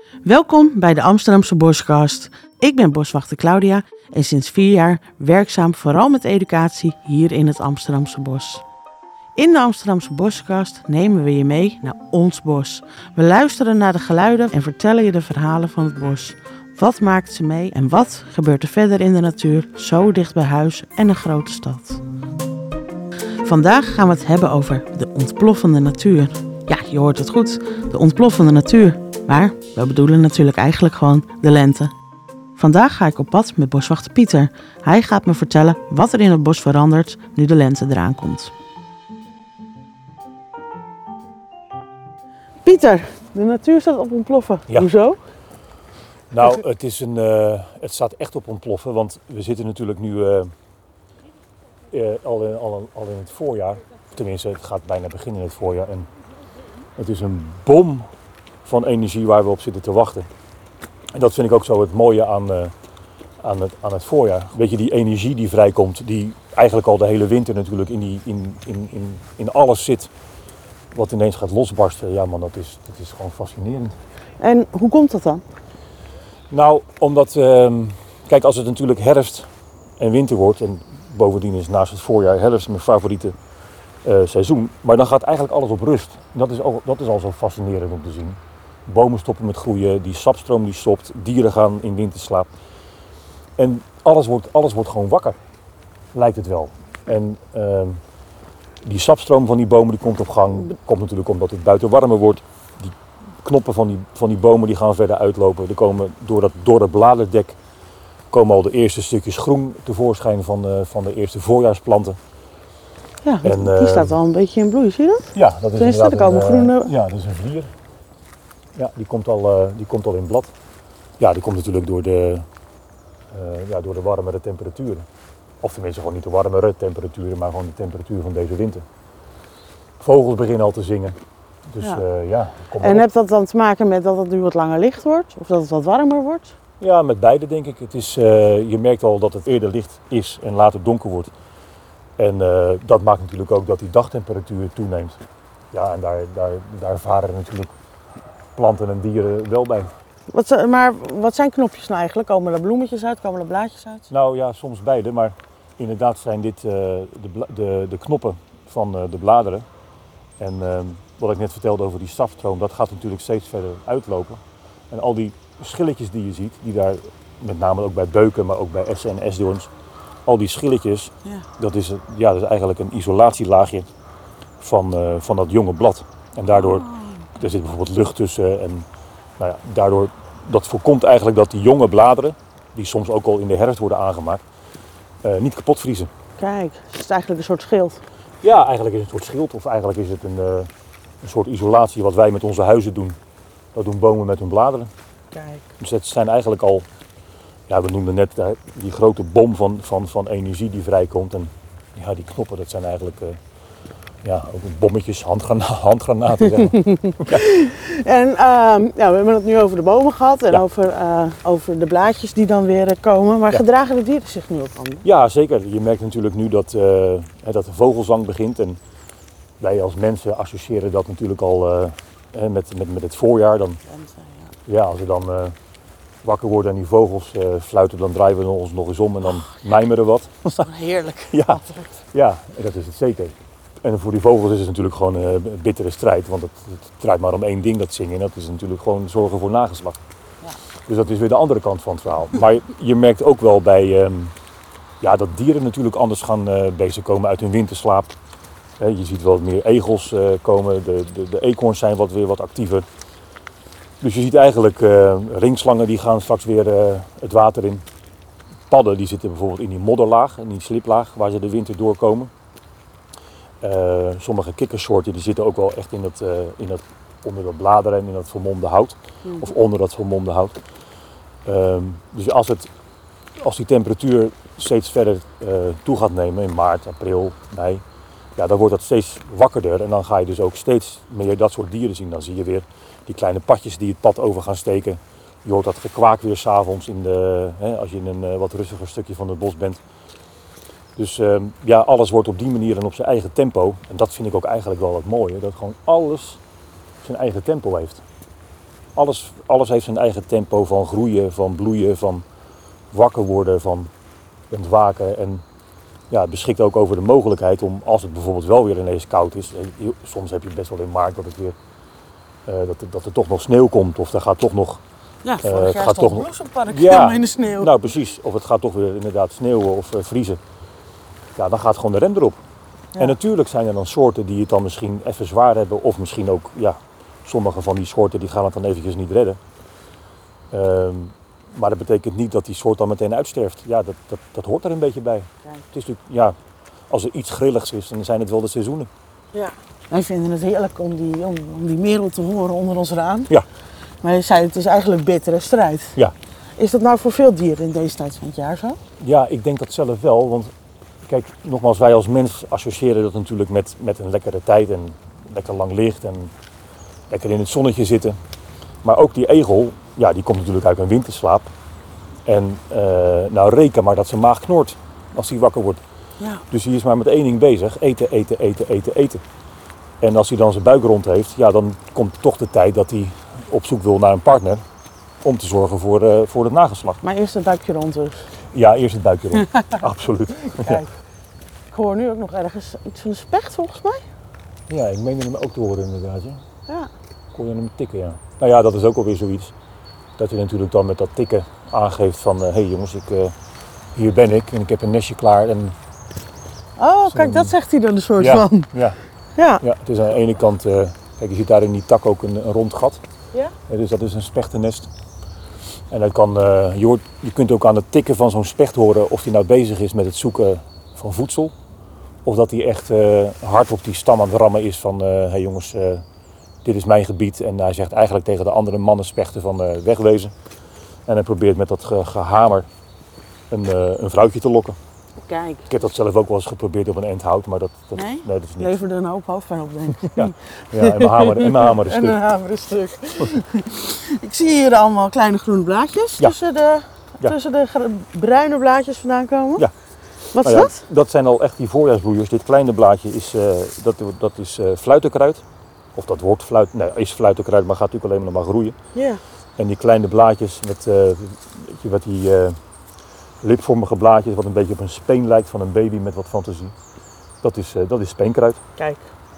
Welkom bij de Amsterdamse Boskast. Ik ben boswachter Claudia en sinds 4 jaar werkzaam vooral met educatie hier in het Amsterdamse bos. In de Amsterdamse Boskast nemen we je mee naar ons bos. We luisteren naar de geluiden en vertellen je de verhalen van het bos. Wat maakt ze mee en wat gebeurt er verder in de natuur, zo dicht bij huis en een grote stad? Vandaag gaan we het hebben over de ontploffende natuur. Ja, je hoort het goed, de ontploffende natuur. Maar we bedoelen natuurlijk eigenlijk gewoon de lente. Vandaag ga ik op pad met boswachter Pieter. Hij gaat me vertellen wat er in het bos verandert nu de lente eraan komt. Pieter, de natuur staat op ontploffen. Ja. Hoezo? Nou, het staat echt op ontploffen, want we zitten natuurlijk nu al in het voorjaar. Tenminste, het gaat bijna beginnen in het voorjaar. En het is een bom van energie waar we op zitten te wachten. En dat vind ik ook zo het mooie aan het voorjaar. Weet je, die energie die vrijkomt, die eigenlijk al de hele winter natuurlijk in alles zit. Wat ineens gaat losbarsten, ja man, dat is gewoon fascinerend. En hoe komt dat dan? Nou, omdat, kijk, als het natuurlijk herfst en winter wordt, en bovendien is naast het voorjaar herfst mijn favoriete seizoen, maar dan gaat eigenlijk alles op rust. Dat is al zo fascinerend om te zien. Bomen stoppen met groeien, die sapstroom die stopt, dieren gaan in winterslaap. En alles wordt gewoon wakker, lijkt het wel. En die sapstroom van die bomen die komt op gang, komt natuurlijk omdat het buiten warmer wordt. Die knoppen van die bomen die gaan verder uitlopen. Er komen door het bladerdek komen al de eerste stukjes groen tevoorschijn van de eerste voorjaarsplanten. Ja, en, die staat al een beetje in bloei, zie je dat? Ja, dat is inderdaad groene... Ja, dat is een vlier. Ja, die komt al in blad. Ja, die komt natuurlijk door de warmere temperaturen. Of tenminste gewoon niet de warmere temperaturen, maar gewoon de temperatuur van deze winter. Vogels beginnen al te zingen. Dus En heeft dat dan te maken met dat het nu wat langer licht wordt? Of dat het wat warmer wordt? Ja, met beide denk ik. Het is, je merkt al dat het eerder licht is en later donker wordt. En dat maakt natuurlijk ook dat die dagtemperatuur toeneemt. Ja, en daar varen natuurlijk planten en dieren wel bij. Maar wat zijn knopjes nou eigenlijk? Komen er bloemetjes uit? Komen er blaadjes uit? Nou ja, soms beide. Maar inderdaad zijn dit de knoppen van de bladeren. En wat ik net vertelde over die sapstroom, dat gaat natuurlijk steeds verder uitlopen. En al die schilletjes die je ziet, die daar met name ook bij beuken, maar ook bij essen en esdoorns. Al die schilletjes, dat is eigenlijk een isolatielaagje van dat jonge blad. En daardoor, er zit bijvoorbeeld lucht tussen. En nou ja, daardoor, dat voorkomt eigenlijk dat die jonge bladeren, die soms ook al in de herfst worden aangemaakt, niet kapot vriezen. Kijk, het is eigenlijk een soort schild. Ja, eigenlijk is het een soort schild of eigenlijk is het een soort isolatie wat wij met onze huizen doen. Dat doen bomen met hun bladeren. Kijk. Dus het zijn eigenlijk al, ja, we noemden net die grote bom van energie die vrijkomt. En ja, die knoppen, dat zijn eigenlijk ook bommetjes, handgranaten. Zeg maar. En we hebben het nu over de bomen gehad en over de blaadjes die dan weer komen. Maar gedragen de dieren zich nu ook anders? Ja, zeker. Je merkt natuurlijk nu dat de vogelzang begint. En wij als mensen associëren dat natuurlijk al met het voorjaar. Dan, als we dan wakker worden en die vogels fluiten, dan draaien we ons nog eens om en dan mijmeren wat. Dat is toch heerlijk. Ja, dat is het zeker. En voor die vogels is het natuurlijk gewoon een bittere strijd. Want het draait maar om één ding, dat zingen. En dat is natuurlijk gewoon zorgen voor nageslacht. Ja. Dus dat is weer de andere kant van het verhaal. Maar je merkt ook wel bij dat dieren natuurlijk anders gaan bezig komen uit hun winterslaap. Je ziet wel meer egels komen. De eekhoorns zijn weer wat actiever. Dus je ziet eigenlijk ringslangen die gaan straks weer het water in. Padden die zitten bijvoorbeeld in die modderlaag, in die sliplaag waar ze de winter doorkomen. Sommige kikkersoorten die zitten ook wel echt onder dat bladeren en in dat vermomde hout. Of onder dat vermomde hout. Dus als die temperatuur steeds verder toe gaat nemen in maart, april, mei. Ja, dan wordt dat steeds wakkerder en dan ga je dus ook steeds meer dat soort dieren zien. Dan zie je weer die kleine padjes die het pad over gaan steken. Je hoort dat gekwaak weer 's avonds als je in een wat rustiger stukje van het bos bent. Dus alles wordt op die manier en op zijn eigen tempo. En dat vind ik ook eigenlijk wel het mooie. Dat gewoon alles zijn eigen tempo heeft. Alles heeft zijn eigen tempo van groeien, van bloeien, van wakker worden, van ontwaken. En ja, het beschikt ook over de mogelijkheid om, als het bijvoorbeeld wel weer ineens koud is. Soms heb je best wel in maart dat het weer dat er toch nog sneeuw komt. Of er gaat toch nog... Ja, vorig jaar stond het bloesempark ja, in de sneeuw. Nou, precies. Of het gaat toch weer inderdaad sneeuwen of vriezen. Ja, dan gaat gewoon de rem erop. Ja. En natuurlijk zijn er dan soorten die het dan misschien even zwaar hebben. Of misschien ook, ja, sommige van die soorten die gaan het dan eventjes niet redden. Maar dat betekent niet dat die soort dan meteen uitsterft. Ja, dat hoort er een beetje bij. Kijk. Het is natuurlijk, ja, als er iets grilligs is, dan zijn het wel de seizoenen. Ja. Wij vinden het heerlijk om die merel te horen onder ons raam. Ja. Maar je zei, het is eigenlijk bittere strijd. Ja. Is dat nou voor veel dieren in deze tijd van het jaar zo? Ja, ik denk dat zelf wel. Want kijk, nogmaals, wij als mens associëren dat natuurlijk met een lekkere tijd en lekker lang licht en lekker in het zonnetje zitten. Maar ook die egel, ja, die komt natuurlijk uit een winterslaap. En nou, reken maar dat zijn maag knort als hij wakker wordt. Ja. Dus hij is maar met één ding bezig, eten, eten, eten, eten, eten. En als hij dan zijn buik rond heeft, ja, dan komt toch de tijd dat hij op zoek wil naar een partner om te zorgen voor het nageslacht. Maar eerst het buikje rond dus? Ja, eerst het buikje rond. Absoluut. Kijk, ja. Ik hoor nu ook nog ergens iets van de specht volgens mij. Ja, ik meende hem ook te horen inderdaad. Ja. Ik hoorde hem tikken, ja. Nou ja, dat is ook alweer zoiets. Dat hij natuurlijk dan met dat tikken aangeeft van... hé jongens, hier ben ik en ik heb een nestje klaar. En oh, kijk, dat zegt hij dan een soort ja, van. Ja. Ja. Ja, het is aan de ene kant... kijk, je ziet daar in die tak ook een rond gat. Ja? Dus dat is een spechtennest. En dat kan, je kunt ook aan het tikken van zo'n specht horen of hij nou bezig is met het zoeken van voedsel. Of dat hij echt hard op die stam aan het rammen is van... hé jongens, dit is mijn gebied. En hij zegt eigenlijk tegen de andere mannenspechten van wegwezen. En hij probeert met dat gehamer een vrouwtje te lokken. Kijk. Ik heb dat zelf ook wel eens geprobeerd op een endhout, maar dat is niet. Leverde een hoop hoofdpijn op, denk ik. Ja, en mijn hamer is stuk. En een hamer is stuk. Ik zie hier allemaal kleine groene blaadjes tussen de bruine blaadjes vandaan komen. Ja. Wat is dat? Dat zijn al echt die voorjaarsbloeiers. Dit kleine blaadje is, dat is fluitenkruid. Of dat wordt is fluitenkruid, maar gaat natuurlijk alleen maar groeien. Ja. En die kleine blaadjes met die lipvormige blaadjes, wat een beetje op een speen lijkt van een baby met wat fantasie. Dat is speenkruid. Kijk.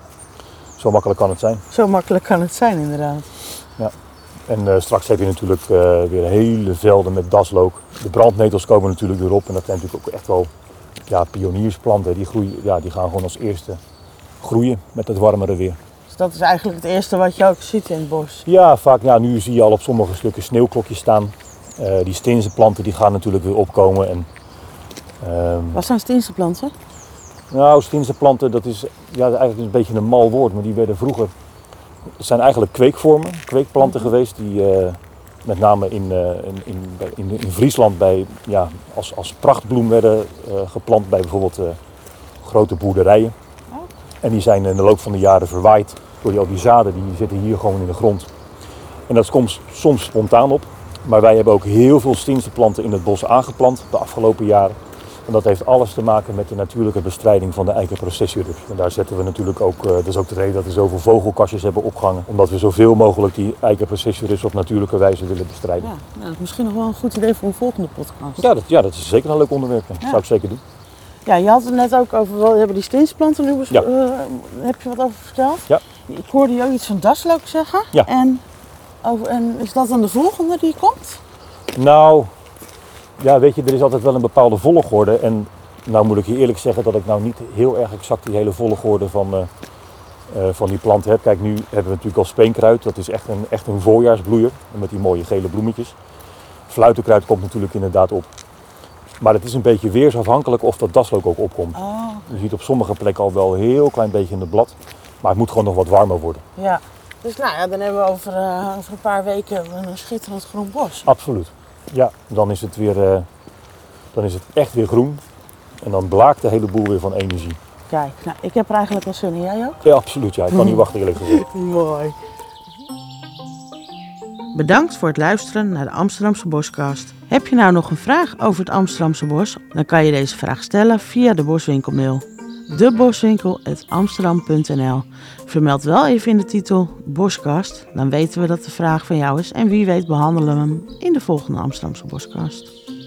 Zo makkelijk kan het zijn. Zo makkelijk kan het zijn, inderdaad. Ja. En straks heb je natuurlijk weer hele velden met daslook. De brandnetels komen natuurlijk weer op. En dat zijn natuurlijk ook echt wel pioniersplanten. Die groeien, die gaan gewoon als eerste groeien met het warmere weer. Dus dat is eigenlijk het eerste wat je ook ziet in het bos? Ja, vaak. Ja, nu zie je al op sommige stukken sneeuwklokjes staan. Die stinzenplanten die gaan natuurlijk weer opkomen. En, wat zijn stinzenplanten? Nou, stinzenplanten, dat is eigenlijk een beetje een mal woord. Maar die werden vroeger... Het zijn eigenlijk kweekplanten geweest die met name in Friesland als prachtbloem werden geplant bij bijvoorbeeld grote boerderijen. Oh. En die zijn in de loop van de jaren verwaaid door al die zaden, die zitten hier gewoon in de grond. En dat komt soms spontaan op, maar wij hebben ook heel veel stinzenplanten in het bos aangeplant de afgelopen jaren. En dat heeft alles te maken met de natuurlijke bestrijding van de eikenprocessierups. En daar zetten we natuurlijk ook, dat is ook de reden dat we zoveel vogelkastjes hebben opgehangen. Omdat we zoveel mogelijk die eikenprocessierups op natuurlijke wijze willen bestrijden. Ja, dat is misschien nog wel een goed idee voor een volgende podcast. Ja, dat is zeker een leuk onderwerp. Dat zou ik zeker doen. Ja, je had het net ook over, we hebben die stinzenplanten nu heb je wat over verteld? Ja. Ik hoorde jou iets van daslook zeggen. Ja. En is dat dan de volgende die komt? Nou... Ja, weet je, er is altijd wel een bepaalde volgorde. En nou moet ik je eerlijk zeggen dat ik nou niet heel erg exact die hele volgorde van die planten heb. Kijk, nu hebben we natuurlijk al speenkruid. Dat is echt een voorjaarsbloeier. Met die mooie gele bloemetjes. Fluitenkruid komt natuurlijk inderdaad op. Maar het is een beetje weersafhankelijk of dat daslook ook opkomt. Oh. Je ziet op sommige plekken al wel een heel klein beetje in het blad. Maar het moet gewoon nog wat warmer worden. Ja, dus dan hebben we over een paar weken een schitterend groen bos. Absoluut. Ja, dan is het echt weer groen. En dan blaakt de hele boel weer van energie. Kijk, nou, ik heb er eigenlijk wel zin in. Jij ook? Ja, absoluut. Ja. Ik kan niet wachten, eerlijk gezegd. Mooi. Bedankt voor het luisteren naar de Amsterdamse Boscast. Heb je nou nog een vraag over het Amsterdamse bos? Dan kan je deze vraag stellen via de Boswinkelmail. deboswinkel@amsterdam.nl. Vermeld wel even in de titel Boskast, dan weten we dat de vraag van jou is en wie weet behandelen we hem in de volgende Amsterdamse Boskast.